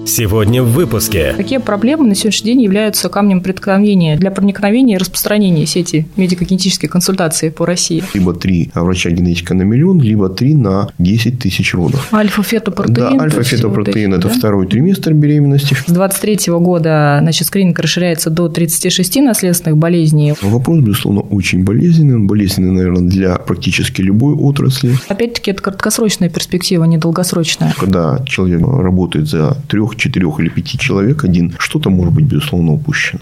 Сегодня в выпуске. Какие проблемы на сегодняшний день являются камнем преткновения для проникновения и распространения сети медико-генетических консультаций по России? Либо 3 врача-генетика на миллион, либо 3 на 10 тысяч родов. Альфа-фетопротеин. Да, альфа-фетопротеин – это второй триместр беременности. С 2023 года, скрининг расширяется до 36 наследственных болезней. Вопрос, безусловно, очень болезненный. Он болезненный, наверное, для практически любой отрасли. Опять-таки, это краткосрочная перспектива, не долгосрочная. Когда человек работает за 3, 4 или 5 человек один, что-то может быть, безусловно, упущено.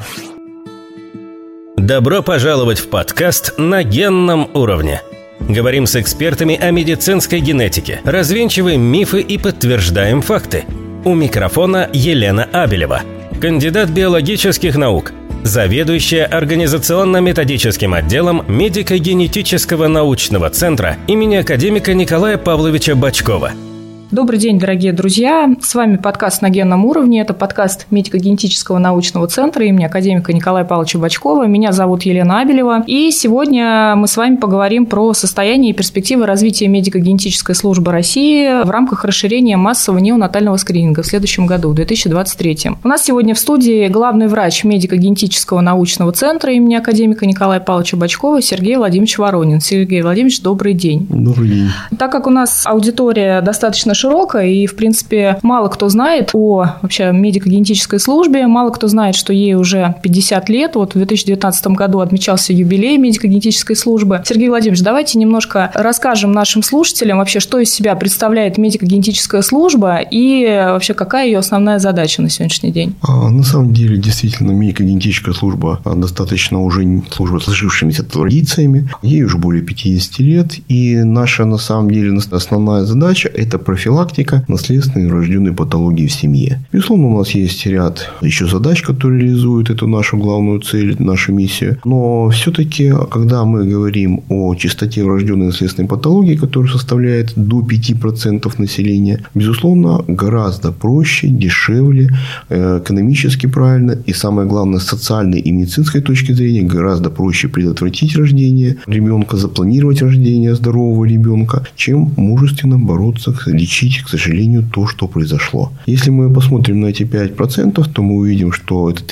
Добро пожаловать в подкаст «На генном уровне». Говорим с экспертами о медицинской генетике, развенчиваем мифы и подтверждаем факты. У микрофона Елена Абелева, кандидат биологических наук, заведующая организационно-методическим отделом медико-генетического научного центра имени академика Николая Павловича Бочкова. Добрый день, дорогие друзья. С вами подкаст «На генном уровне». Это подкаст медико-генетического научного центра имени академика Николая Павловича Бочкова. Меня зовут Елена Абелева. И сегодня мы с вами поговорим про состояние и перспективы развития медико-генетической службы России в рамках расширения массового неонатального скрининга в следующем году, в 2023. У нас сегодня в студии главный врач медико-генетического научного центра имени академика Николая Павловича Бочкова Сергей Владимирович Воронин. Сергей Владимирович, добрый день. Добрый день. Так как у нас аудитория достаточно широкая, и, в принципе, мало кто знает о вообще медико-генетической службе, мало кто знает, что ей уже 50 лет. Вот в 2019 году отмечался юбилей медико-генетической службы. Сергей Владимирович, давайте немножко расскажем нашим слушателям вообще, что из себя представляет медико-генетическая служба и вообще какая ее основная задача на сегодняшний день. На самом деле, действительно, медико-генетическая служба достаточно уже служба с сложившимися традициями. Ей уже более 50 лет, и наша, на самом деле, основная задача – это профилактика наследственной врожденной патологии в семье. Безусловно, у нас есть ряд еще задач, которые реализуют эту нашу главную цель, нашу миссию. Но все-таки, когда мы говорим о частоте врожденной наследственной патологии, которая составляет до 5% населения, безусловно, гораздо проще, дешевле, экономически правильно и, самое главное, с социальной и медицинской точки зрения гораздо проще предотвратить рождение ребенка, запланировать рождение здорового ребенка, чем мужественно бороться, лечить, к сожалению, то, что произошло. Если мы посмотрим на эти 5%, то мы увидим, что это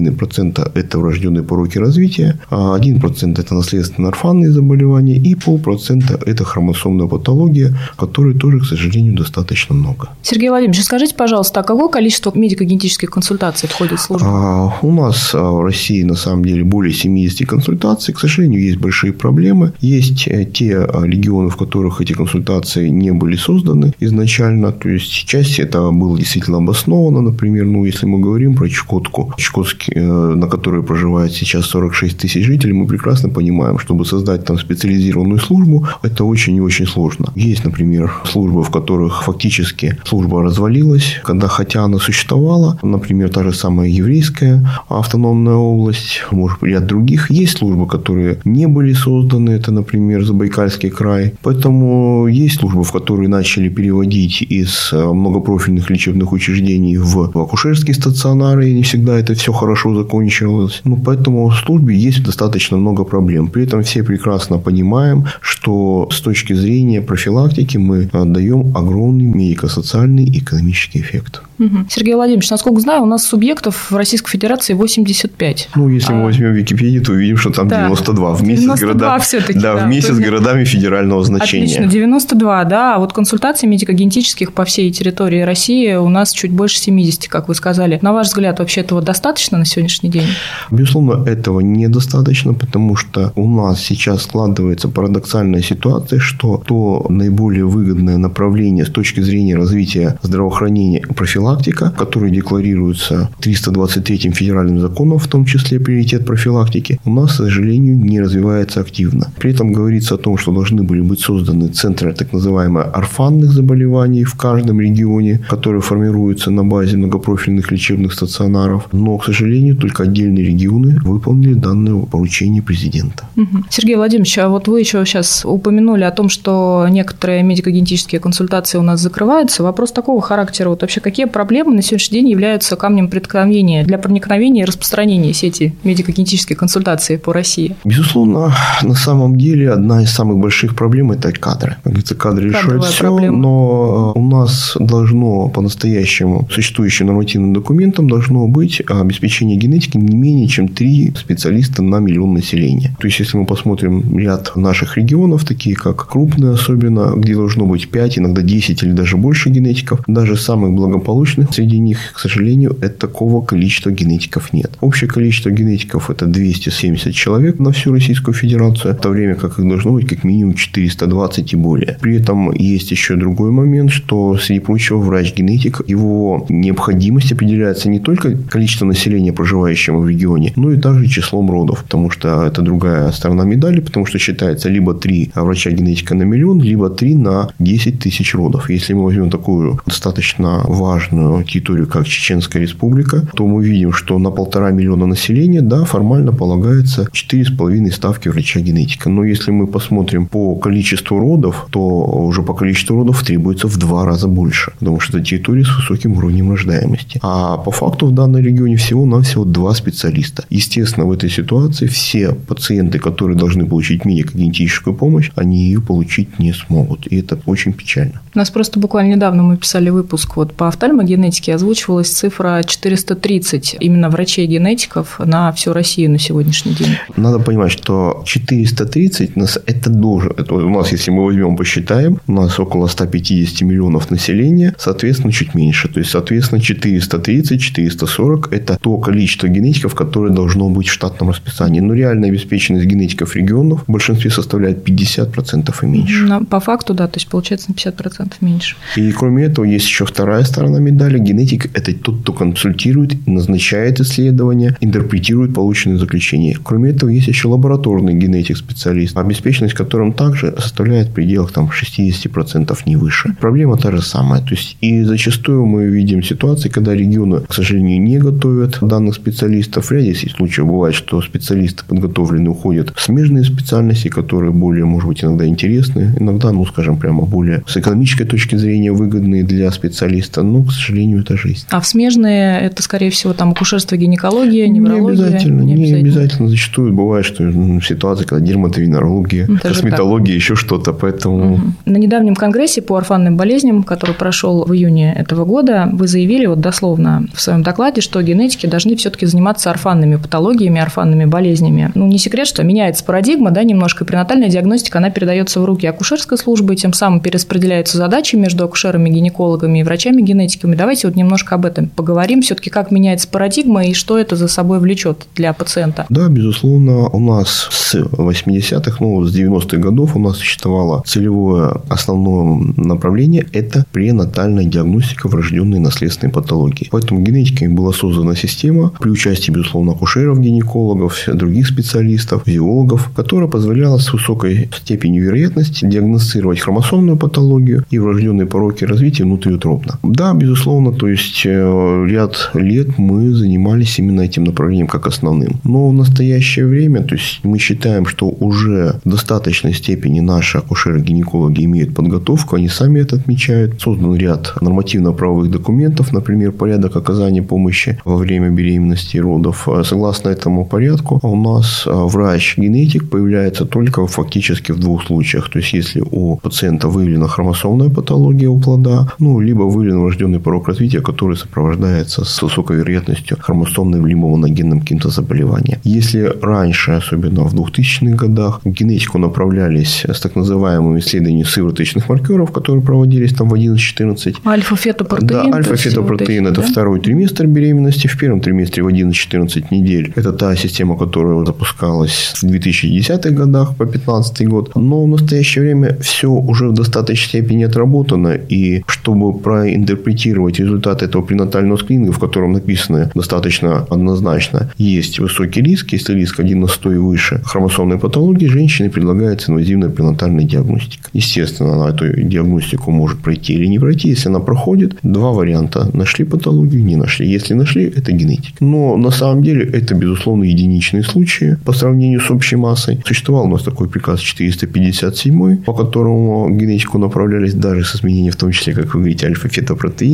3,5% это врожденные пороки развития, а 1% это наследственно-орфанные заболевания и 0,5% это хромосомная патология, которой тоже, к сожалению, достаточно много. Сергей Владимирович, скажите, пожалуйста, а какое количество медико-генетических консультаций входит в службу? У нас в России, на самом деле, более 70 консультаций. К сожалению, есть большие проблемы. Есть те регионы, в которых эти консультации не были созданы изначально, то есть часть это было действительно обосновано, например, если мы говорим про Чукотку, на которой проживает сейчас 46 тысяч жителей, мы прекрасно понимаем, чтобы создать там специализированную службу, это очень и очень сложно. Есть, например, службы, в которых фактически служба развалилась, хотя она существовала, например, та же самая еврейская автономная область, может быть, ряд других. Есть службы, которые не были созданы, это, например, Забайкальский край, поэтому есть службы, в которые начали переводить из многопрофильных лечебных учреждений в акушерские стационары, и не всегда это все хорошо закончилось. Поэтому в службе есть достаточно много проблем. При этом все прекрасно понимаем, что с точки зрения профилактики мы даем огромный медико-социальный и экономический эффект. Сергей Владимирович, насколько знаю, у нас субъектов в Российской Федерации 85. Если мы возьмем Википедию, то увидим, что там 92 вместе 92 вместе с городами федерального значения. Отлично, 92, да. А вот консультаций медико-генетических по всей территории России у нас чуть больше 70, как вы сказали. На ваш взгляд, вообще этого достаточно на сегодняшний день? Безусловно, этого недостаточно, потому что у нас сейчас складывается парадоксальная ситуация, что то наиболее выгодное направление с точки зрения развития здравоохранения профилактика, которое декларируется 323-м федеральным законом, в том числе приоритет профилактики, у нас, к сожалению, не развивается активно. При этом говорится о том, что должны были быть созданы центры так называемых орфанных заболеваний в каждом регионе, которые формируются на базе многопрофильных лечебных стационаров. Но, к сожалению, только отдельные регионы выполнили данное поручение президента. Сергей Владимирович, а вот вы еще сейчас упомянули о том, что некоторые медико-генетические консультации у нас закрываются. Вопрос такого характера. Вот вообще какие проблемы на сегодняшний день являются камнем преткновения для проникновения и распространения сети медико-генетической консультации по России? Безусловно, на самом деле одна из самых больших проблем – это кадры. Как говорится, кадры решают все, проблема. Но у нас должно по-настоящему существующим нормативным документам должно быть обеспечение генетики не менее чем 3 специалиста на миллион населения. То есть, если мы посмотрим ряд наших регионов, такие как крупные особенно, где должно быть 5, иногда 10 или даже больше генетиков, даже самых благополучных среди них, к сожалению, такого количества генетиков нет. Общее количество генетиков – это 270 человек на всю Российскую Федерацию, в то время как их должно быть как минимум 420 и более. При этом есть еще другой момент, что, среди прочего, врач-генетик, его необходимость определяется не только количеством населения, проживающего в регионе, но и также числом родов, потому что это другая сторона медали, потому что считается либо 3 врача-генетика на миллион, либо 3 на 10 тысяч родов. Если мы возьмем такую достаточно важную территорию, как Чеченская Республика, то мы видим, что на 1,5 миллиона населения, да, формально полагается 4,5 ставки врача-генетика. Но если мы посмотрим по количеству родов, то уже по количеству родов требуется в 2 раза больше, потому что это территория с высоким уровнем рождаемости. А по факту в данном регионе всего-навсего 2 специалиста. Естественно, в этой ситуации все пациенты, которые должны получить медико-генетическую помощь, они ее получить не смогут. И это очень печально. У нас просто буквально недавно мы писали выпуск по офтальмогенетике, озвучивалась цифра 430 именно врачей-генетиков на всю Россию на сегодняшний день. Надо понимать, что 430 это должен. Это у нас, если мы возьмем, посчитаем, у нас около 150 миллионов населения, соответственно, чуть меньше. То есть, соответственно, 430, 440 – это то количество генетиков, которое должно быть в штатном расписании. Но реальная обеспеченность генетиков регионов в большинстве составляет 50% и меньше. По факту, да, то есть, получается на 50% меньше. И кроме этого, есть еще вторая сторона медали. Генетик – это тот, кто консультирует, назначает исследования, интерпретирует полученные заключения. Кроме этого, есть еще лабораторный генетик-специалист, обеспеченность которым также составляет в пределах 60% не выше. Проблема та же самая. То есть, и зачастую мы видим ситуации, когда регионы, к сожалению, не готовят данных специалистов. В ряде случаев бывает, что специалисты подготовленные уходят в смежные специальности, которые более, может быть, иногда интересны, иногда, скажем прямо, более с экономической точки зрения выгодные для специалиста, но, к сожалению, это жизнь. А в смежные это, скорее всего, акушерство, гинекология, неврология? Не обязательно. Зачастую бывает, что ситуация, когда дерматовенерология, косметология, еще что-то, поэтому... На недавнем конгрессе по орфанным болезням, который прошел в июне этого года, вы заявили дословно в своем докладе, что генетики должны все-таки заниматься орфанными патологиями, орфанными болезнями. Не секрет, что меняется парадигма, немножко. Пренатальная диагностика, она передается в руки акушерской службы, тем самым перераспределяются задачи между акушерами, гинекологами и врачами-генетиками. Давайте немножко об этом поговорим. Все-таки как меняется парадигма и что это за собой влечет для пациента? Да, безусловно, у нас с 80-х, с 90-х годов у нас существовало целевое основное направление – это пренатальная диагностика врожденной наследственной патологии. Поэтому генетиками была создана система при участии, безусловно, акушеров, гинекологов, других специалистов, физиологов, которая позволяла с высокой степенью вероятности диагностировать хромосомную патологию и врожденные пороки развития внутриутробно. Да, безусловно, то есть ряд лет мы занимались именно этим направлением как основным. Но в настоящее время, то есть мы считаем, что уже в достаточной степени наши акушеры-гинекологи имеют подготовку, они сами это отмечают. Создан ряд нормативно-правовых документов, например, порядок оказания помощи во время беременности и родов. Согласно этому порядку, у нас врач-генетик появляется только фактически в 2 случаях. То есть, если у пациента выявлена хромосомная патология у плода, либо выявлен врожденный порок развития, который сопровождается с высокой вероятностью хромосомным либо моногенным каким-то заболеванием. Если раньше, особенно в 2000-х годах, в генетику направлялись с так называемыми исследованиями сывороточных маркеров, которые проводились в 11-14. Альфа-фетопротеин. Да, альфа-фетопротеин – это второй триместр беременности. В первом триместре в 11-14 недель. Это та система, которая запускалась в 2010-х годах по 2015 год. Но в настоящее время все уже в достаточной степени отработано. И чтобы проинтерпретировать результаты этого пренатального скрининга, в котором написано достаточно однозначно, есть высокий риск, если риск 1 на 100 и выше хромосомной патологии, женщине предлагается инвазивная пренатальная диагностика. Естественно, она эту диагностику может пройти или не пройти. Если она проходит, 2 варианта. Нашли патологию, не нашли. Если нашли, это генетик. Но на самом деле это, безусловно, единичные случаи по сравнению с общей массой. Существовал у нас такой приказ 457, по которому генетику направлялись даже с изменением, в том числе, как вы говорите, альфа-фетопротеина,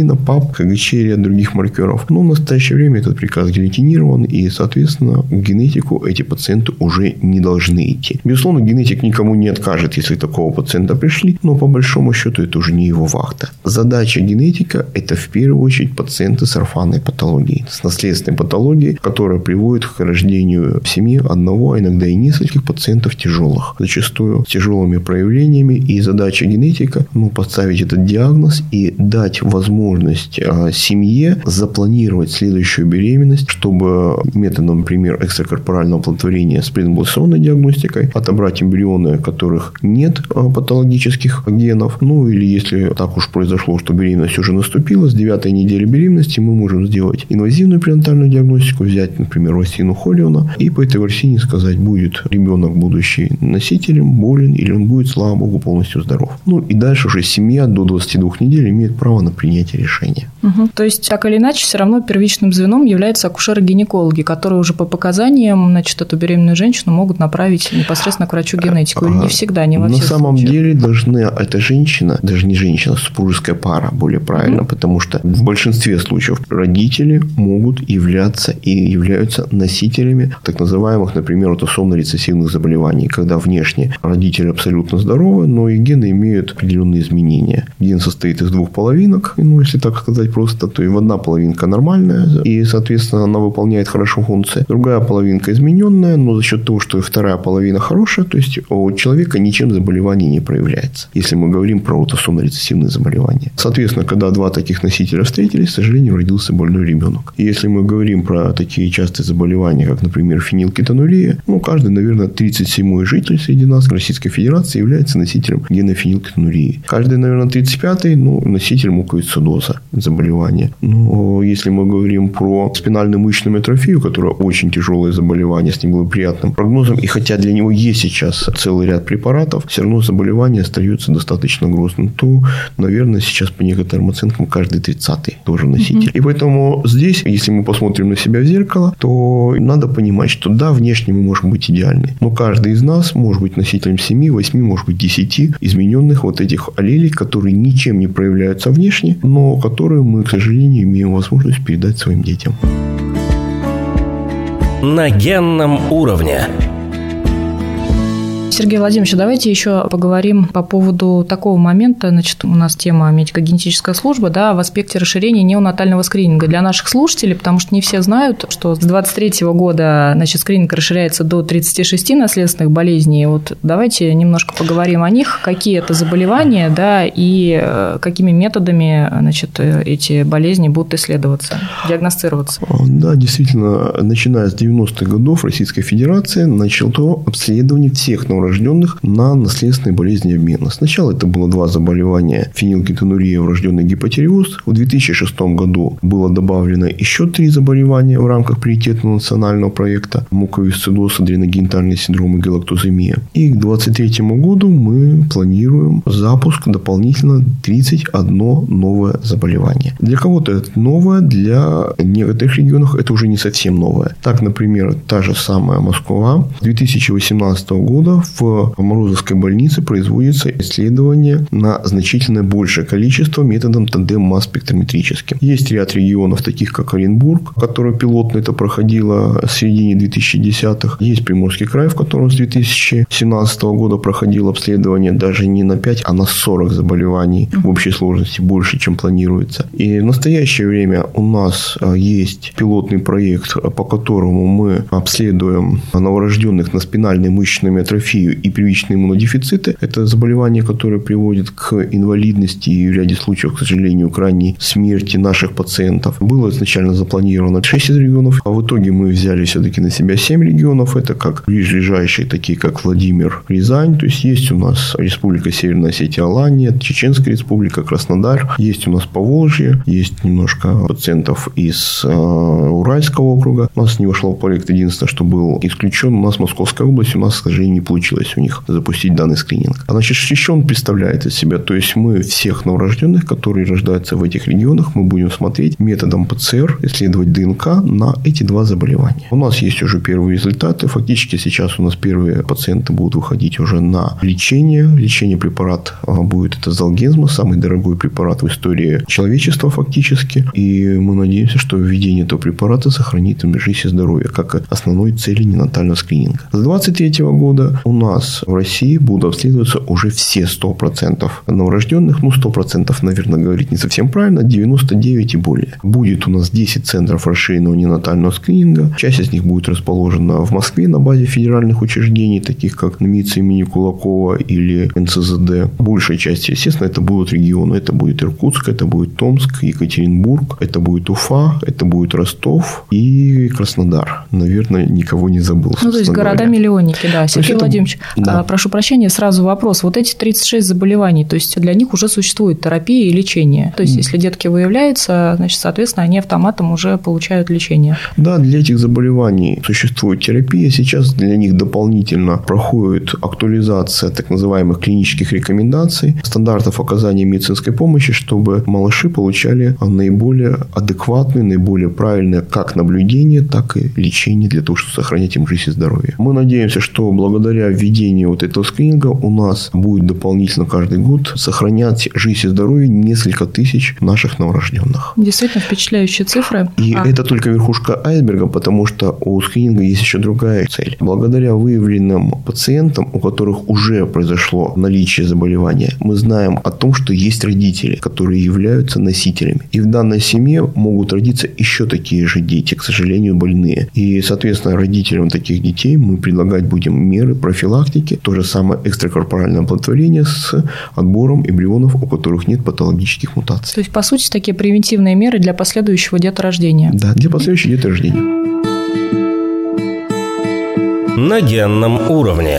холестерина, ПАП, КГЧ и ряд других маркеров. Но в настоящее время этот приказ гильотинирован, и, соответственно, в генетику эти пациенты уже не должны идти. Безусловно, генетик никому не откажет, если такого пациента пришли, но по большому счету это уже не его вахта. Задача генетика – это в первую очередь пациенты с орфанной патологией, с наследственной патологией, которая приводит к рождению в семье одного, а иногда и нескольких пациентов тяжелых, зачастую с тяжелыми проявлениями. И задача генетика – поставить этот диагноз и дать возможность семье запланировать следующую беременность, чтобы методом, например, экстракорпорального оплодотворения с предимплантационной диагностикой отобрать эмбрионы, у которых нет патологических генов. Или если так уж произошло, что беременность уже наступила, с 9-й недели беременности мы можем сделать инвазивную пренатальную диагностику, взять, например, вакцину Холлиона, и по этой вакцине сказать, будет ребенок будущий носителем, болен, или он будет, слава богу, полностью здоров. И дальше уже семья до 22 недель имеет право на принятие решения. То есть, так или иначе, все равно первичным звеном являются акушеры-гинекологи, которые уже по показаниям, эту беременную женщину могут направить непосредственно к врачу-генетику. Или не всегда, не во всех случаях. На самом деле, эта женщина, даже не женщина, а супружеская пара, более правильно, потому что в большинстве случаев родители могут являться и являются носителями так называемых, например, аутосомно-рецессивных заболеваний, когда внешне родители абсолютно здоровы, но и гены имеют определенные изменения. Ген состоит из двух половинок, если так сказать просто, то и одна половинка нормальная, и, соответственно, она выполняет хорошо функции. Другая половинка измененная, но за счет того, что вторая половина хорошая, то есть у человека ничем заболевание не проявляется, если мы говорим про аутосомно-рецессивные заболевания. Соответственно, когда два таких носителя встретились, к сожалению, родился больной ребенок. И если мы говорим про такие частые заболевания, как, например, фенилкетонурия, каждый, наверное, 37-й житель среди нас Российской Федерации является носителем гена фенилкетонурии. Каждый, наверное, 35-й, носитель муковисцидоза заболевания. Но если мы говорим про спинальную мышечную атрофию, которая очень тяжелое заболевание с неблагоприятным прогнозом, и хотя для него есть сейчас целый ряд препаратов, все равно заболевание остается достаточно грозным, то, наверное, сейчас по некоторым оценкам каждый 30-й тоже носитель. И поэтому здесь, если мы посмотрим на себя в зеркало, то надо понимать, что да, внешне мы можем быть идеальны, но каждый из нас может быть носителем 7, 8, может быть 10 измененных этих аллелей, которые ничем не проявляются внешне, но которые мы, к сожалению, имеем возможность передать своим детям. На генном уровне. Сергей Владимирович, давайте еще поговорим по поводу такого момента. У нас тема медико-генетическая служба, в аспекте расширения неонатального скрининга для наших слушателей, потому что не все знают, что с 2023 года, скрининг расширяется до 36 наследственных болезней. Давайте немножко поговорим о них, какие это заболевания, и какими методами, эти болезни будут исследоваться, диагностироваться. Да, действительно, начиная с 90-х годов Российская Федерация начала обследование всех новорожденных на наследственные болезни обмена. Сначала это было 2 заболевания: фенилкетонурия, врожденный гипотиреоз. В 2006 году было добавлено еще 3 заболевания в рамках приоритетного национального проекта: муковисцидоз, адреногенитальный синдром и галактоземия. И к 2023 году мы планируем запуск дополнительно 31 новое заболевание. Для кого-то это новое, для некоторых регионов это уже не совсем новое. Так, например, та же самая Москва. С 2018 года в Морозовской больнице производится исследование на значительно большее количество методом тандем-масс-спектрометрическим. Есть ряд регионов, таких как Оренбург, который пилотно это проходило в середине 2010-х. Есть Приморский край, в котором с 2017 года проходило обследование даже не на 5, а на 40 заболеваний в общей сложности, больше, чем планируется. И в настоящее время у нас есть пилотный проект, по которому мы обследуем новорожденных на спинальной мышечной атрофии и первичные иммунодефициты. Это заболевание, которое приводит к инвалидности и в ряде случаев, к сожалению, к ранней смерти наших пациентов. Было изначально запланировано 6 регионов, а в итоге мы взяли все-таки на себя 7 регионов. Это как ближайшие, такие как Владимир, Рязань. То есть у нас Республика Северная Осетия, Алания, Чеченская Республика, Краснодар. Есть у нас Поволжье, есть немножко пациентов из Уральского округа. У нас не вошло в проект, единственное, что был исключен. У нас Московская область, у нас, к сожалению, не получилось получилось у них запустить данный скрининг. Значит, еще он представляет из себя, то есть мы всех новорожденных, которые рождаются в этих регионах, мы будем смотреть методом ПЦР, исследовать ДНК на эти два заболевания. У нас есть уже первые результаты. Фактически сейчас у нас первые пациенты будут выходить уже на лечение. Лечение препарат будет это Золгенсма, самый дорогой препарат в истории человечества фактически. И мы надеемся, что введение этого препарата сохранит им жизнь и здоровье, как основной цели ненатального скрининга. С 2023 года у нас в России будут обследоваться уже все 100% новорожденных. 100%, наверное, говорить не совсем правильно, 99 и более. Будет у нас 10 центров расширенного ненатального скрининга. Часть из них будет расположена в Москве на базе федеральных учреждений, таких как МИЦ имени Кулакова или НЦЗД. Большая часть, естественно, это будут регионы. Это будет Иркутск, это будет Томск, Екатеринбург, это будет Уфа, это будет Ростов и Краснодар. Наверное, никого не забыл. То есть города-миллионники, да. Сергей Владимирович, да. Прошу прощения, сразу вопрос. Вот эти 36 заболеваний, то есть для них уже существует терапия и лечение. То есть если детки выявляются, значит, соответственно, они автоматом уже получают лечение. Да, для этих заболеваний существует терапия. Сейчас для них дополнительно проходит актуализация так называемых клинических рекомендаций, стандартов оказания медицинской помощи, чтобы малыши получали наиболее адекватные, наиболее правильные как наблюдение, так и лечение для того, чтобы сохранять им жизнь и здоровье. Мы надеемся, что благодаря введению вот этого скрининга у нас будет дополнительно каждый год сохранять жизнь и здоровье несколько тысяч наших новорожденных. Действительно впечатляющие цифры. И это только верхушка айсберга, потому что у скрининга есть еще другая цель. Благодаря выявленным пациентам, у которых уже произошло наличие заболевания, мы знаем о том, что есть родители, которые являются носителями. И в данной семье могут родиться еще такие же дети, к сожалению, больные. И, соответственно, родителям таких детей мы предлагать будем меры профилактики, то же самое экстракорпоральное оплодотворение с отбором эмбрионов, у которых нет патологических мутаций. То есть, по сути, такие превентивные меры для последующего деторождения. Да, для последующего деторождения. На генном уровне.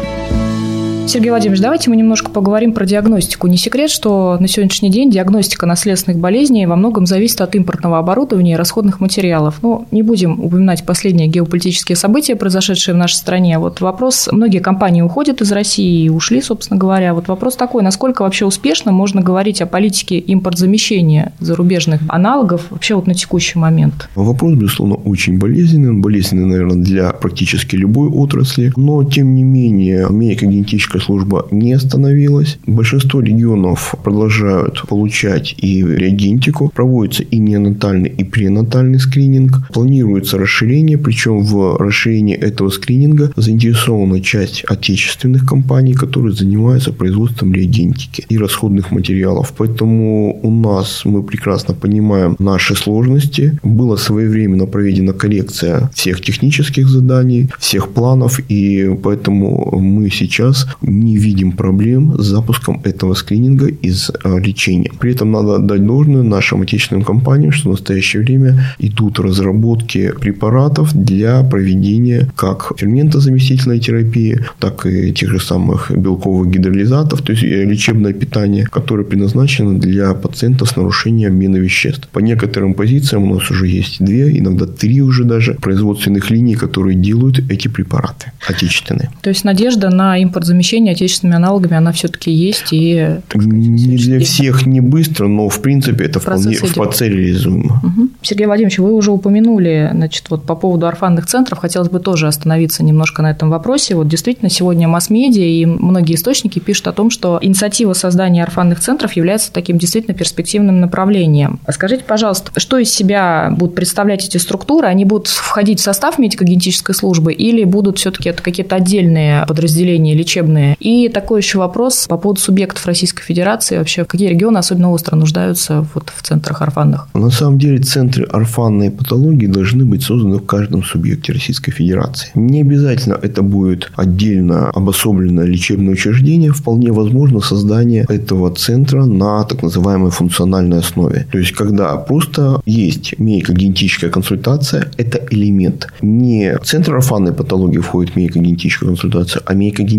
Сергей Владимирович, давайте мы немножко поговорим про диагностику. Не секрет, что на сегодняшний день диагностика наследственных болезней во многом зависит от импортного оборудования и расходных материалов. Но не будем упоминать последние геополитические события, произошедшие в нашей стране. Вот вопрос, многие компании уходят из России и ушли, собственно говоря. Вот вопрос такой, насколько вообще успешно можно говорить о политике импортзамещения зарубежных аналогов вообще вот на текущий момент? Вопрос, безусловно, очень болезненный. Он болезненный, наверное, для практически любой отрасли. Но, тем не менее, медико-генетическая служба не остановилась. Большинство регионов продолжают получать и реагентику. Проводится и неонатальный, и пренатальный скрининг. Планируется расширение, причем в расширении этого скрининга заинтересована часть отечественных компаний, которые занимаются производством реагентики и расходных материалов. Поэтому у нас, мы прекрасно понимаем наши сложности. Была своевременно проведена коррекция всех технических заданий, всех планов, и поэтому мы сейчас не видим проблем с запуском этого скрининга из лечения. При этом надо отдать должное нашим отечественным компаниям, что в настоящее время идут разработки препаратов для проведения как ферментозаместительной терапии, так и тех же самых белковых гидролизатов, то есть лечебное питание, которое предназначено для пациентов с нарушением обмена веществ. По некоторым позициям у нас уже есть 2, иногда 3 уже даже производственных линий, которые делают эти препараты отечественные. То есть надежда на импортзамещение отечественными аналогами, она все-таки есть и... Не для всех не быстро, но в принципе это вполне реализуемо. Угу. Сергей Владимирович, вы уже упомянули, значит, вот по поводу орфанных центров, хотелось бы тоже остановиться немножко на этом вопросе. Вот действительно сегодня масс-медиа и многие источники пишут о том, что инициатива создания орфанных центров является таким действительно перспективным направлением. Скажите, пожалуйста, что из себя будут представлять эти структуры? Они будут входить в состав медико-генетической службы или будут все-таки это какие-то отдельные подразделения лечебные? И такой еще вопрос по поводу субъектов Российской Федерации. Вообще, какие регионы особенно остро нуждаются вот в центрах орфанных? На самом деле, центры орфанной патологии должны быть созданы в каждом субъекте Российской Федерации. Не обязательно это будет отдельно обособленное лечебное учреждение. Вполне возможно создание этого центра на так называемой функциональной основе. То есть, когда просто есть медико-генетическая консультация, это элемент. Не центр орфанной патологии входит в медико-генетическую консультацию, а медико-генетическая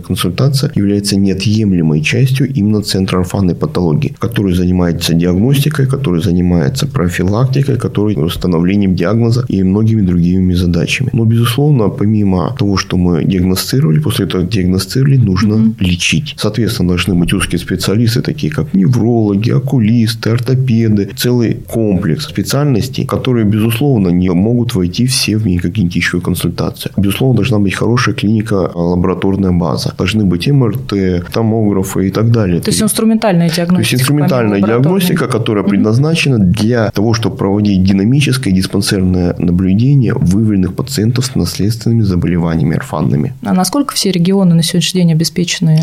консультация является неотъемлемой частью именно Центра орфанной патологии, который занимается диагностикой, который занимается профилактикой, который установлением диагноза и многими другими задачами. Но, безусловно, помимо того, что мы диагностировали, после этого диагностировали, нужно лечить. Соответственно, должны быть узкие специалисты, такие как неврологи, окулисты, ортопеды, целый комплекс специальностей, которые, безусловно, не могут войти все в медико-генетическую консультацию. Безусловно, должна быть хорошая клиника, лабораторная база. Должны быть МРТ, томографы и так далее. То есть инструментальная диагностика. То есть инструментальная диагностика, которая предназначена для того, чтобы проводить динамическое диспансерное наблюдение выявленных пациентов с наследственными заболеваниями орфанными. А насколько все регионы на сегодняшний день обеспечены?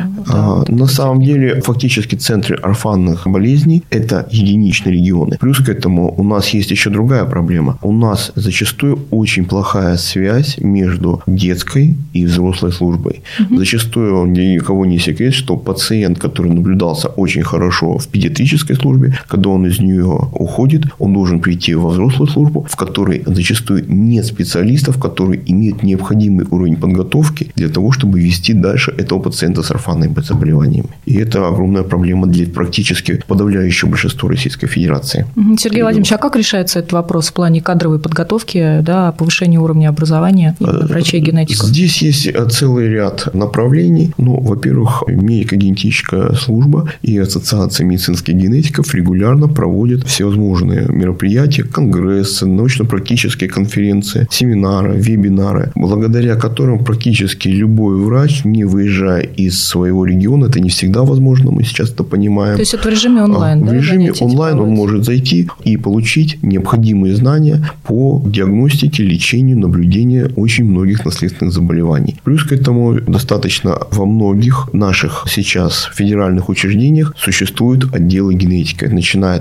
На самом деле, фактически центры орфанных болезней – это единичные регионы. Плюс к этому у нас есть еще другая проблема. У нас зачастую очень плохая связь между детской и взрослой службой. Зачастую ни у кого не секрет, что пациент, который наблюдался очень хорошо в педиатрической службе, когда он из нее уходит, он должен прийти во взрослую службу, в которой зачастую нет специалистов, которые имеют необходимый уровень подготовки для того, чтобы вести дальше этого пациента с орфанными заболеваниями. И это огромная проблема для практически подавляющего большинства Российской Федерации. Сергей Владимирович, а как решается этот вопрос в плане кадровой подготовки, повышения уровня образования врачей-генетиков? Здесь есть целый ряд направлений. Во-первых, медико-генетическая служба и Ассоциация медицинских генетиков регулярно проводят всевозможные мероприятия, конгрессы, научно-практические конференции, семинары, вебинары, благодаря которым практически любой врач, не выезжая из своего региона, это не всегда возможно, мы сейчас это понимаем. То есть это в режиме онлайн? В режиме онлайн он может зайти и получить необходимые знания по диагностике, лечению, наблюдению очень многих наследственных заболеваний. Плюс к этому достаточно во многих наших сейчас федеральных учреждениях существуют отделы генетики, начиная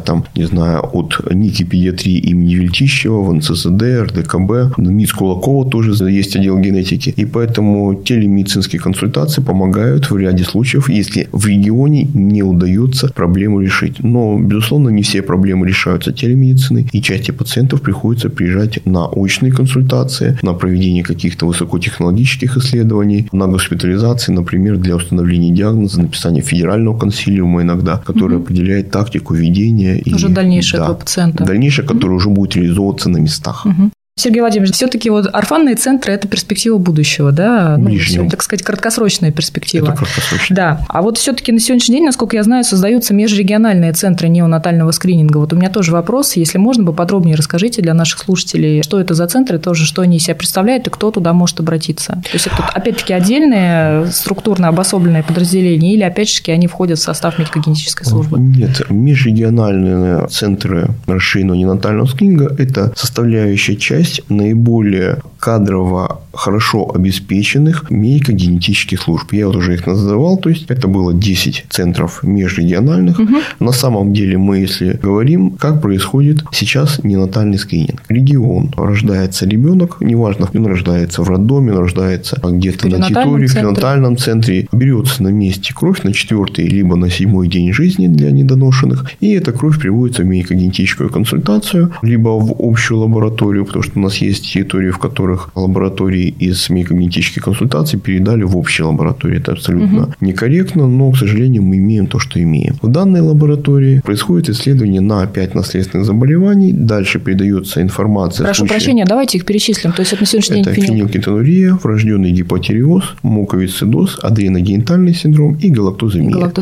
от НИКИ педиатрии имени Вельтищева, в НЦСД, РДКБ, МИЦ Кулакова тоже есть отдел генетики. И поэтому телемедицинские консультации помогают в ряде случаев, если в регионе не удается проблему решить. Но, безусловно, не все проблемы решаются телемедициной, и части пациентов приходится приезжать на очные консультации, на проведение каких-то высокотехнологических исследований, на госпитализации, например, для установления диагноза, написания федерального консилиума иногда, который определяет тактику ведения. Уже дальнейшее этого пациента. Дальнейшее, которое уже будет реализовываться на местах. Сергей Владимирович, все-таки орфанные центры – это перспектива будущего, да? Так сказать, краткосрочная перспектива. Это краткосрочная. Да. А все-таки на сегодняшний день, насколько я знаю, создаются межрегиональные центры неонатального скрининга. У меня тоже вопрос, если можно, поподробнее расскажите для наших слушателей, что это за центры, тоже, что они из себя представляют и кто туда может обратиться. То есть, это опять-таки отдельные структурно обособленные подразделения или, опять-таки, они входят в состав медико-генетической службы? Нет, межрегиональные центры расширенного неонатального скрининга – это составляющая часть наиболее кадрово хорошо обеспеченных медико-генетических служб. Я уже их называл, то есть это было 10 центров межрегиональных. На самом деле мы, если говорим, как происходит сейчас неонатальный скрининг. Регион, рождается ребенок, неважно, он рождается в роддоме, он рождается где-то на территории, в перинатальном центре, берется на месте кровь на 4-й либо на 7-й день жизни для недоношенных, и эта кровь приводится в медико-генетическую консультацию, либо в общую лабораторию, потому что у нас есть территории, в которых лаборатории из медико-генетических консультаций передали в общие лаборатории. Это абсолютно некорректно, но, к сожалению, мы имеем то, что имеем. В данной лаборатории происходит исследование на 5 наследственных заболеваний. Дальше передается информация. Прошу прощения, давайте их перечислим. То есть, это на сегодняшний день фенилкетонурия, врожденный гипотиреоз, муковисцидоз, адреногенитальный синдром и галактоземия.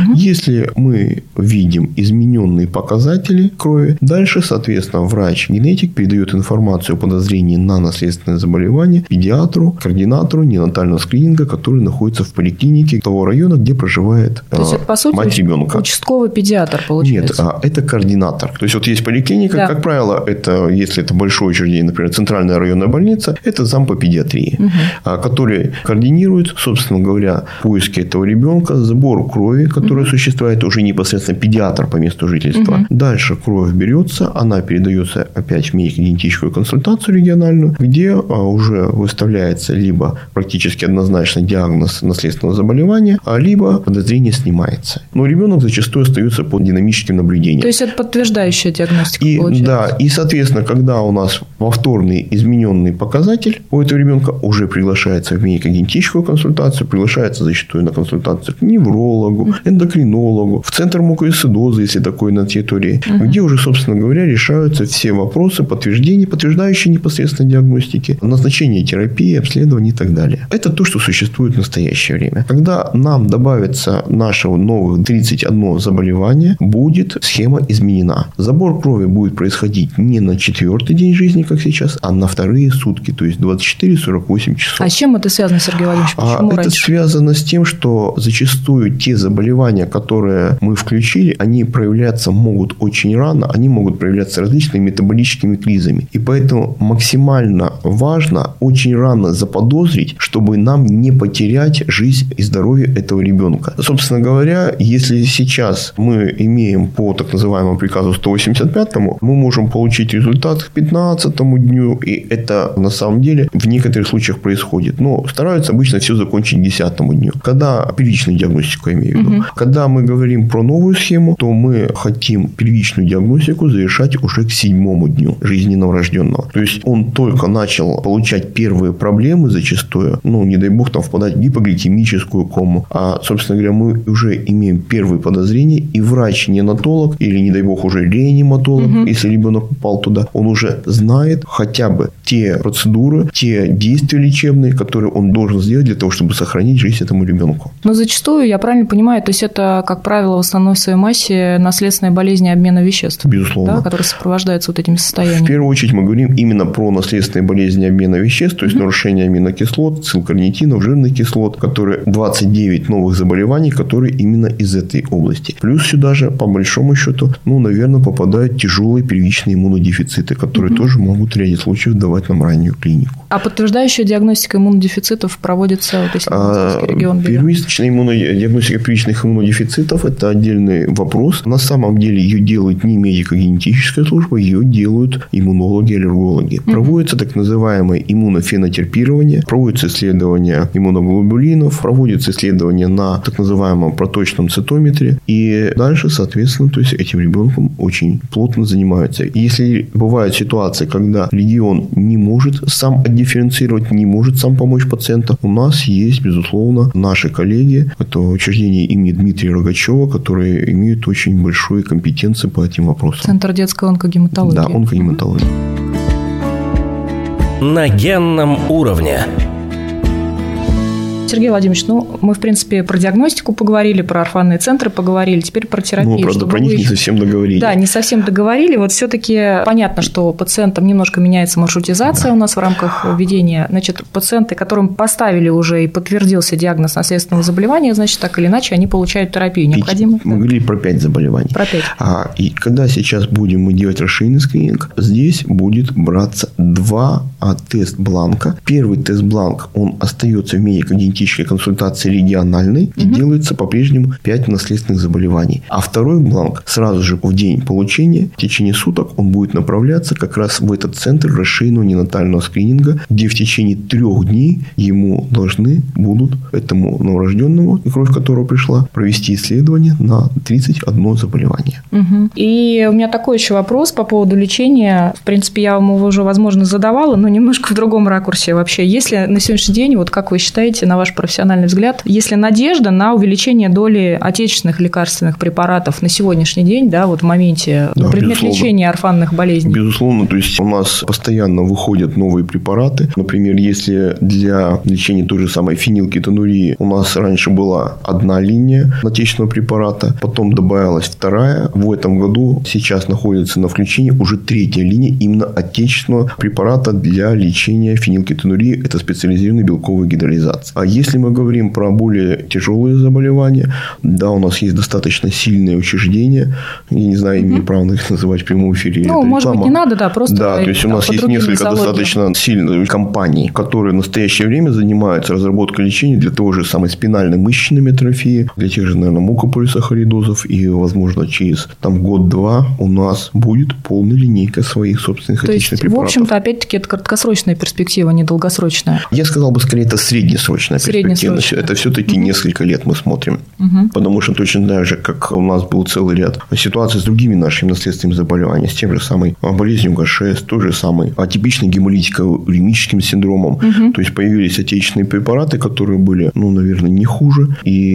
Если мы видим измененные показатели крови, дальше, соответственно, врач-генетик передает информацию о подозрении на наследственное заболевание педиатру, координатору неонатального скрининга, который находится в поликлинике того района, где проживает то есть, это, по сути, мать ребенка. Участковый педиатр, получается? Нет, это координатор. То есть, есть поликлиника, как правило, это, если это большое учреждение, например, центральная районная больница, это зам по педиатрии, который координирует, собственно говоря, поиски этого ребенка, сбор крови, который осуществляет уже непосредственно педиатр по месту жительства. Дальше кровь берется, она передается опять в медико-генетическую консультацию, консультацию региональную, где уже выставляется либо практически однозначно диагноз наследственного заболевания, либо подозрение снимается. Но ребенок зачастую остается под динамическим наблюдением. То есть это подтверждающая диагностика получается? Да, и, соответственно, когда у нас повторный измененный показатель у этого ребенка, уже приглашается в медико-генетическую консультацию, приглашается зачастую на консультацию к неврологу, эндокринологу, в центр мукоисцидоза, если такой на территории, где уже, собственно говоря, решаются все вопросы подтверждающие непосредственно диагностики, назначение терапии, обследования и так далее. Это то, что существует в настоящее время. Когда нам добавится нашего новых 31 заболевание, будет схема изменена. Забор крови будет происходить не на 4-й день жизни, как сейчас, а на 2-е сутки, то есть 24-48 часов. А с чем это связано, Сергей Владимирович? Почему это связано с тем, что зачастую те заболевания, которые мы включили, они проявляться могут очень рано, они могут проявляться различными метаболическими кризами. И поэтому максимально важно очень рано заподозрить, чтобы нам не потерять жизнь и здоровье этого ребенка. Собственно говоря, если сейчас мы имеем по так называемому приказу 185-му, мы можем получить результат к 15-му дню, и это на самом деле в некоторых случаях происходит. Но стараются обычно все закончить к 10-му дню. Когда первичную диагностику, я имею в виду. Когда мы говорим про новую схему, то мы хотим первичную диагностику завершать уже к 7-му дню жизни новорожденного. То есть он только начал получать первые проблемы зачастую, не дай бог там впадать в гипогликемическую кому. А, собственно говоря, мы уже имеем первые подозрения, и врач-неонатолог или, не дай бог, уже реаниматолог, если ребенок попал туда, он уже знает хотя бы те процедуры, те действия лечебные, которые он должен сделать для того, чтобы сохранить жизнь этому ребенку. Но зачастую, я правильно понимаю, то есть это, как правило, в основной своей массе наследственные болезни обмена веществ. Безусловно. Да, которые сопровождаются вот этими состояниями. В первую очередь мы говорим именно про наследственные болезни обмена веществ, то есть нарушение аминокислот, ацетилкарнитинов, жирных кислот, которые 29 новых заболеваний, которые именно из этой области. Плюс сюда же, по большому счету, наверное, попадают тяжелые первичные иммунодефициты, которые тоже могут в ряде случаев давать нам раннюю клинику. А подтверждающая диагностика иммунодефицитов проводится, вот, если Московский регион берем? Первичная диагностика первичных иммунодефицитов – это отдельный вопрос. На самом деле ее делают не медико-генетическая служба, ее делают иммунологи, аллергологи. Проводится так называемое иммунофенотипирование, проводится исследование иммуноглобулинов, проводится исследование на так называемом проточном цитометре. И дальше, соответственно, то есть этим ребенком очень плотно занимаются. И если бывают ситуации, когда регион не может сам отдифференцировать, не может сам помочь пациенту, у нас есть, безусловно, наши коллеги, это учреждение имени Дмитрия Рогачева, которые имеют очень большие компетенции по этим вопросам. Центр детской онкогематологии. Да, онкогематологии. На генном уровне. Сергей Владимирович, мы, в принципе, про диагностику поговорили, про орфанные центры поговорили, теперь про терапию. Правда, про них не совсем договорили. Да, не совсем договорили. Вот все-таки понятно, что пациентам немножко меняется маршрутизация у нас в рамках введения. Значит, пациенты, которым поставили уже и подтвердился диагноз наследственного заболевания, значит, так или иначе, они получают терапию. Необходимо? Мы говорили про 5 заболеваний. Про 5. И когда сейчас будем мы делать расширенный скрининг, здесь будет браться 2 тест-бланка. Первый тест-бланк, он остается в медико-генетической консультации региональной, и делается по-прежнему 5 наследственных заболеваний. А второй бланк сразу же в день получения, в течение суток, он будет направляться как раз в этот центр расширенного ненатального скрининга, где в течение 3 дней ему должны будут, этому новорожденному, кровь которого пришла, провести исследование на 31 заболевание. И у меня такой еще вопрос по поводу лечения. В принципе, я вам его уже, возможно, задавала, но немножко в другом ракурсе вообще. Если на сегодняшний день, вот как вы считаете, на ваш профессиональный взгляд, есть ли надежда на увеличение доли отечественных лекарственных препаратов на сегодняшний день, да, вот в моменте, на предмет лечения орфанных болезней? Безусловно, то есть у нас постоянно выходят новые препараты. Например, если для лечения той же самой фенилкетонурии у нас раньше была одна линия отечественного препарата, потом добавилась вторая. В этом году сейчас находится на включении уже 3-я линия именно отечественного препарата для лечения фенилкетонурии. Это специализированная белковая гидролизация. А Если мы говорим про более тяжелые заболевания, да, у нас есть достаточно сильные учреждения. Я не знаю, имею право их называть в прямом эфире. Ну, может быть, не надо, да, просто... Да, то есть у нас есть несколько достаточно сильных компаний, которые в настоящее время занимаются разработкой лечения для того же самой спинальной мышечной атрофии, для тех же, наверное, мукополисахаридозов. И, возможно, через год-два у нас будет полная линейка своих собственных отечественных препаратов. В общем-то, опять-таки, это краткосрочная перспектива, не долгосрочная. Я сказал бы, скорее, это среднесрочная перспектива. Это все-таки несколько лет мы смотрим. Потому что точно так же, как у нас был целый ряд ситуаций с другими нашими наследственными заболеваниями, с тем же самой болезнью ГШ, с той же самой атипичной гемолитико-уремическим синдромом. То есть, появились отечественные препараты, которые были, наверное, не хуже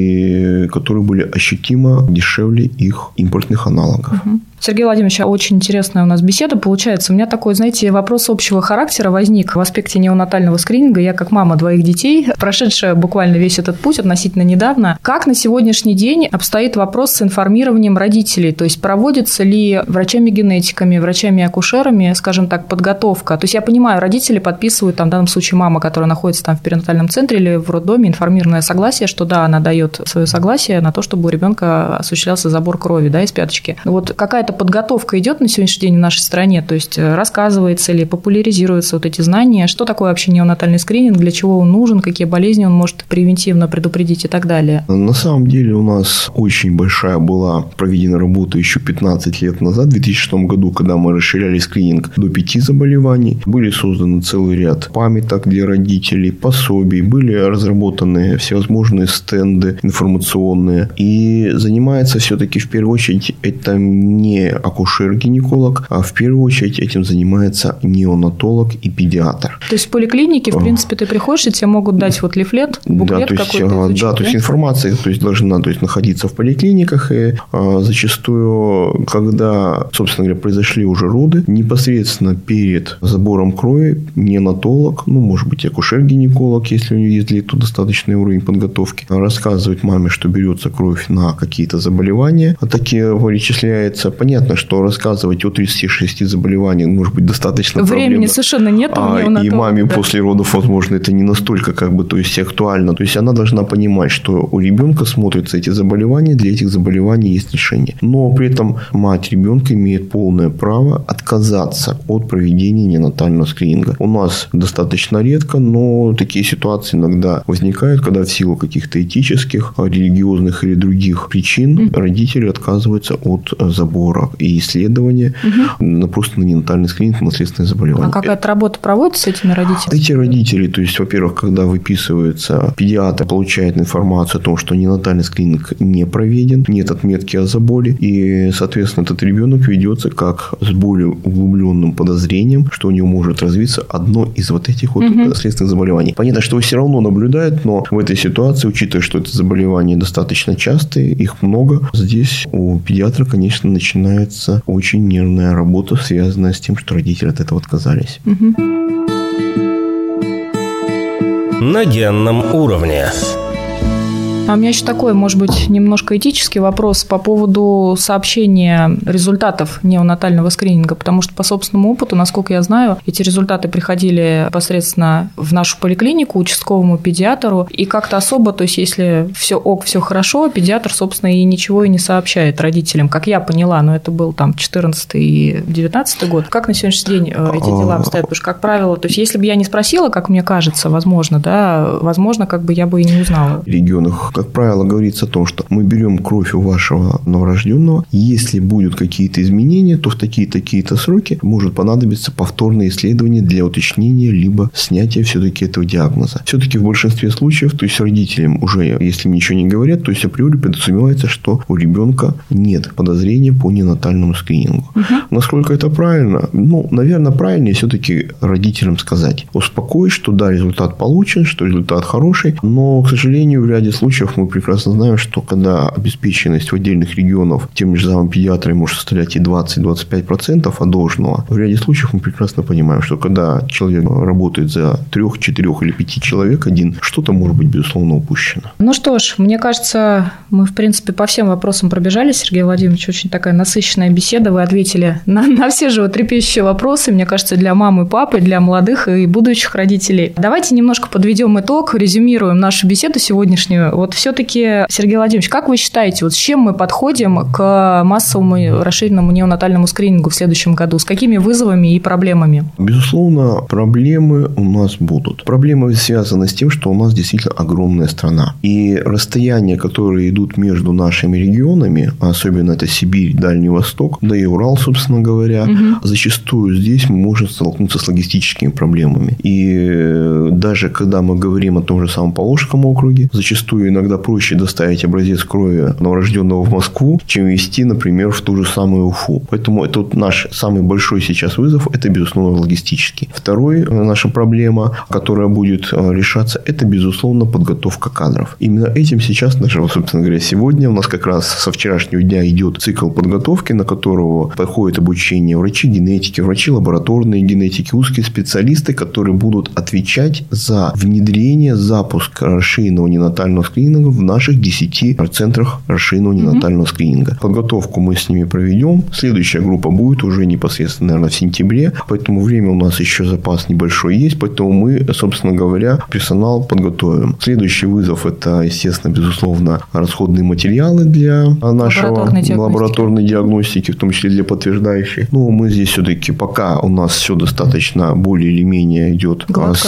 и которые были ощутимо дешевле их импортных аналогов. Сергей Владимирович, очень интересная у нас беседа получается. У меня такой, знаете, вопрос общего характера возник в аспекте неонатального скрининга. Я, как мама двоих детей, прошедшая буквально весь этот путь относительно недавно, как на сегодняшний день обстоит вопрос с информированием родителей? То есть, проводится ли врачами-генетиками, врачами-акушерами, скажем так, подготовка? То есть, я понимаю, родители подписывают, в данном случае мама, которая находится в перинатальном центре или в роддоме, информированное согласие, что да, она дает свое согласие на то, чтобы у ребенка осуществлялся забор крови, из пяточки. Вот какая-то подготовка идет на сегодняшний день в нашей стране, то есть рассказывается или популяризируются эти знания, что такое вообще неонатальный скрининг, для чего он нужен, какие болезни он может превентивно предупредить и так далее. На самом деле у нас очень большая была проведена работа еще 15 лет назад, в 2006 году, когда мы расширяли скрининг до 5 заболеваний, были созданы целый ряд памяток для родителей, пособий, были разработаны всевозможные стенды информационные, и занимается все-таки в первую очередь это не акушер-гинеколог, а в первую очередь этим занимается неонатолог и педиатр. То есть в поликлинике, в принципе, ты приходишь, и тебе могут дать лифлет, буклет какой-то изучить, то есть информация должна находиться в поликлиниках, и зачастую, когда, собственно говоря, произошли уже роды, непосредственно перед забором крови неонатолог, может быть, акушер-гинеколог, если у нее есть для этого достаточный уровень подготовки, рассказывает маме, что берется кровь на какие-то заболевания, а такие перечисляется. Понятно, что рассказывать о 36 заболеваниях может быть достаточно времени проблемно. Совершенно нет. И маме после родов, возможно, это не настолько актуально. То есть, она должна понимать, что у ребенка смотрятся эти заболевания, для этих заболеваний есть решение. Но при этом мать ребенка имеет полное право отказаться от проведения неонатального скрининга. У нас достаточно редко, но такие ситуации иногда возникают, когда в силу каких-то этических, религиозных или других причин родители отказываются от забора и исследования просто на неонатальный скрининг наследственные заболевания. А какая-то работа проводится с этими родителями? Эти родители, то есть, во-первых, когда выписывается, педиатр получает информацию о том, что неонатальный скрининг не проведен, нет отметки о заболе, и, соответственно, этот ребенок ведется как с более углубленным подозрением, что у него может развиться одно из этих наследственных заболеваний. Понятно, что все равно наблюдают, но в этой ситуации, учитывая, что это заболевания достаточно частые, их много, здесь у педиатра, конечно, начинается очень нервная работа, связанная с тем, что родители от этого отказались. На генном уровне. А у меня еще такой, может быть, немножко этический вопрос по поводу сообщения результатов неонатального скрининга, потому что по собственному опыту, насколько я знаю, эти результаты приходили непосредственно в нашу поликлинику, участковому педиатру, и как-то особо, то есть если все ок, все хорошо, педиатр, собственно, и ничего и не сообщает родителям, как я поняла, но это был 14 и 19 год. Как на сегодняшний день эти дела обстоят? Потому что, как правило, то есть если бы я не спросила, как мне кажется, возможно, я бы и не узнала. В регионах, как правило, говорится о том, что мы берем кровь у вашего новорожденного. Если будут какие-то изменения, то в такие-то сроки может понадобиться повторное исследование для уточнения либо снятия все-таки этого диагноза. Все-таки в большинстве случаев, то есть родителям уже, если ничего не говорят, то есть априори подразумевается, что у ребенка нет подозрения по неонатальному скринингу. Насколько это правильно? Наверное, правильнее все-таки родителям сказать. Успокоить, что да, результат получен, что результат хороший, но, к сожалению, в ряде случаев случаев мы прекрасно знаем, что когда обеспеченность в отдельных регионах теми же самыми педиатрами может составлять и 20-25% от должного, в ряде случаев мы прекрасно понимаем, что когда человек работает за 3, 4 или 5 человек один, что-то может быть, безусловно, упущено. Ну что ж, мне кажется, мы, в принципе, по всем вопросам пробежались, Сергей Владимирович. Очень такая насыщенная беседа. Вы ответили на все животрепещущие вопросы, мне кажется, для мамы и папы, для молодых и будущих родителей. Давайте немножко подведем итог, резюмируем нашу беседу сегодняшнюю. Вот все-таки, Сергей Владимирович, как вы считаете, вот с чем мы подходим к массовому расширенному неонатальному скринингу в следующем году? С какими вызовами и проблемами? Безусловно, проблемы у нас будут. Проблемы связаны с тем, что у нас действительно огромная страна. И расстояния, которые идут между нашими регионами, особенно это Сибирь, Дальний Восток, да и Урал, собственно говоря, зачастую здесь мы можем столкнуться с логистическими проблемами. И даже когда мы говорим о том же самом Поволжском округе, зачастую иногда проще доставить образец крови новорожденного в Москву, чем везти, например, в ту же самую Уфу. Поэтому это вот наш самый большой сейчас вызов, это, безусловно, логистический. Второй наша проблема, которая будет решаться, это, безусловно, подготовка кадров. Именно этим сейчас, даже, собственно говоря, сегодня у нас как раз со вчерашнего дня идет цикл подготовки, на которого проходит обучение врачи генетики, врачи лабораторные генетики, узкие специалисты, которые будут отвечать за внедрение, запуск расширенного неонатального скрининга в наших 10 центрах расширенного неонатального скрининга. Подготовку мы с ними проведем. Следующая группа будет уже непосредственно, наверное, в сентябре. Поэтому время у нас еще запас небольшой есть. Поэтому мы, собственно говоря, персонал подготовим. Следующий вызов – это, естественно, безусловно, расходные материалы для нашего лабораторной диагностики, в том числе для подтверждающей. Но мы здесь все-таки пока у нас все достаточно более или менее идет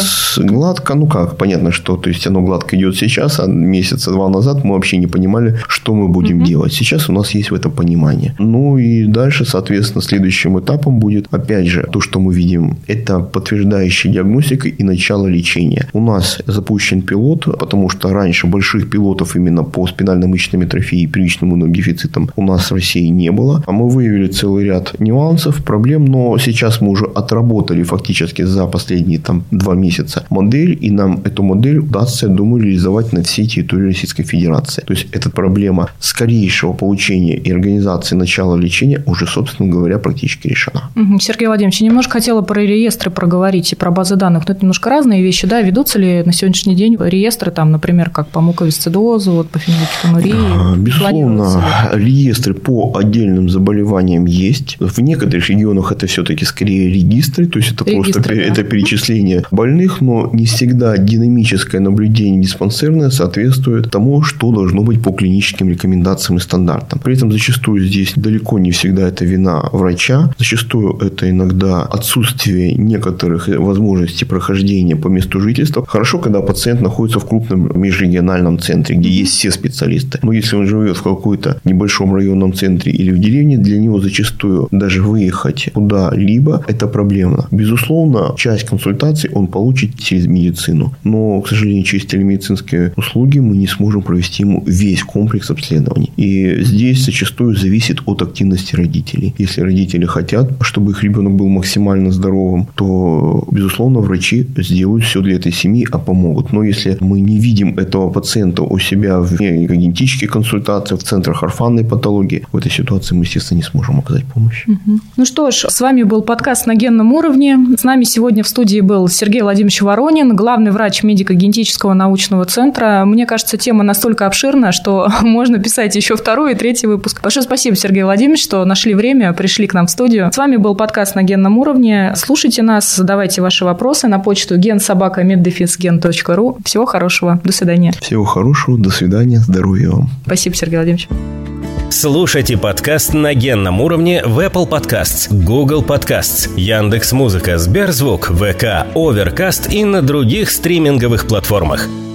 гладко. Ну как, понятно, что то есть оно гладко идет сейчас, а месяца 2 назад мы вообще не понимали, что мы будем делать. Сейчас у нас есть в этом понимание. Ну и дальше, соответственно, следующим этапом будет, опять же, то, что мы видим, это подтверждающая диагностика и начало лечения. У нас запущен пилот, потому что раньше больших пилотов именно по спинально-мышечной атрофии и первичным иммунодефицитам у нас в России не было. А мы выявили целый ряд нюансов, проблем, но сейчас мы уже отработали фактически за последние 2 месяца модель, и нам эту модель удастся, я думаю, реализовать на всей территории Российской Федерации. То есть, эта проблема скорейшего получения и организации начала лечения уже, собственно говоря, практически решена. Сергей Владимирович, я немножко хотела про реестры проговорить и про базы данных, но это немножко разные вещи, да? Ведутся ли на сегодняшний день реестры, например, как по муковисцидозу, по фенилкетонурии? Безусловно, реестры по отдельным заболеваниям есть. В некоторых регионах это все-таки скорее регистры, то есть это просто это перечисление больных, но не всегда динамическое наблюдение диспансерное соответствует тому, что должно быть по клиническим рекомендациям и стандартам. При этом зачастую здесь далеко не всегда это вина врача, зачастую это иногда отсутствие некоторых возможностей прохождения по месту жительства. Хорошо, когда пациент находится в крупном межрегиональном центре, где есть все специалисты. Но если он живет в какой-то небольшом районном центре или в деревне, для него зачастую даже выехать куда-либо – это проблемно. Безусловно, часть консультаций он получит через медицину. Но, к сожалению, через телемедицинские услуги мы не сможем провести ему весь комплекс обследований. И здесь зачастую зависит от активности родителей. Если родители хотят, чтобы их ребенок был максимально здоровым, то, безусловно, врачи сделают все для этой семьи, а помогут. Но если мы не видим этого пациента у себя в генетических консультациях, в центрах орфанной патологии, в этой ситуации мы, естественно, не сможем оказать помощь. Ну что ж, с вами был подкаст «На генном уровне». С нами сегодня в студии был Сергей Владимирович Воронин, главный врач медико-генетического научного центра. Мне кажется, тема настолько обширна, что можно писать еще 2 и 3 выпуск. Большое спасибо, Сергей Владимирович, что нашли время, пришли к нам в студию. С вами был подкаст «На генном уровне». Слушайте нас, задавайте ваши вопросы на почту gen@meddefizgen.ru. Всего хорошего. До свидания. Всего хорошего. До свидания. Здоровья вам. Спасибо, Сергей Владимирович. Слушайте подкаст «На генном уровне» в Apple Podcasts, Google Podcasts, Яндекс.Музыка, Сберзвук, ВК, Overcast и на других стриминговых платформах.